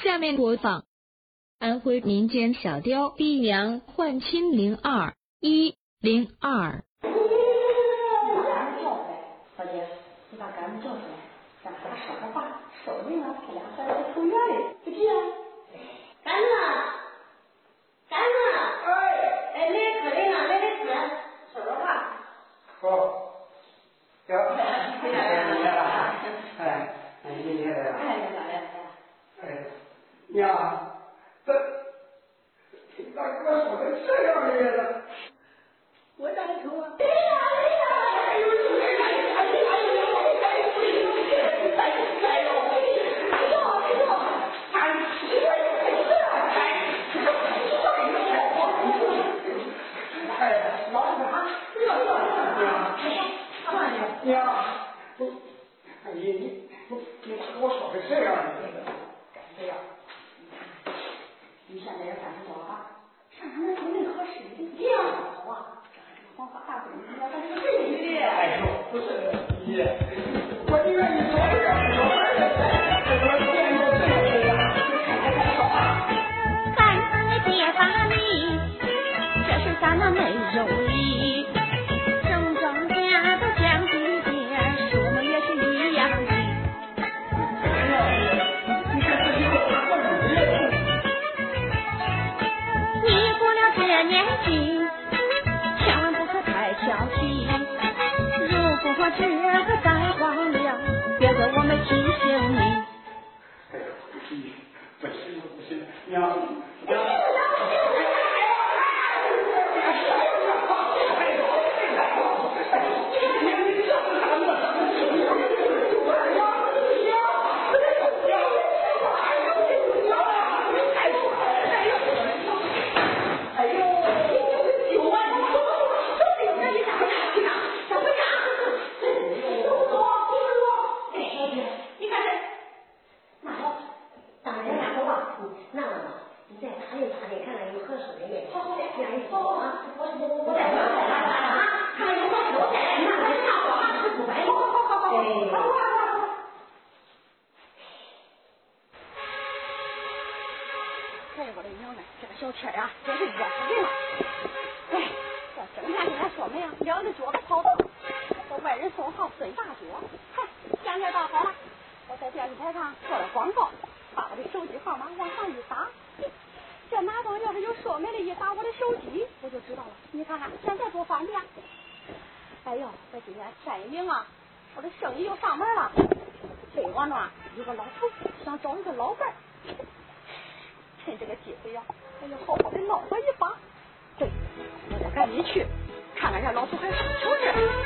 下面播放安徽民间小调《逼娘换亲02》102。 小姐，你把干子叫出来，让他说个话，说不定他俩还在投院里，不急啊？ 干子，干子，来客人了，来客，说个话。 好，行，你来了，你来了，娘，咋给我说的这样的了？ 我咋抽啊？ 娘，你咋给我说的这样的？ 这样，你现在也干什么啊？上他那婚姻合适的地方好啊！黄花大闺女，要她是闺女的。 哎呦，不是你，我宁愿你早点说，我见过这个人啊，你看说话。 干子结发你，这是咱们没容易。正庄稼都讲地界，树们也是一样的。你过了这年纪，千万不可太小气。如果这个再荒凉，别怪我们提醒你。 哎呦，不行，娘。 小天啊，真是热死人了！哎，这整天跟咱说媒啊，两个脚都跑到，这外人送号孙大脚。嗨，现在倒好了，我在电视台上做了广告，把我的手机号码往上一打，这哪帮要是有说媒的一打我的手机，我就知道了。你看看现在多方便！哎呦，这今天天一明啊，我的生意又上门了。北王庄有个老头想找一个老伴儿，趁这个机会呀。我要好好的闹他一把，对，我得赶紧去看看这老头还啥求事。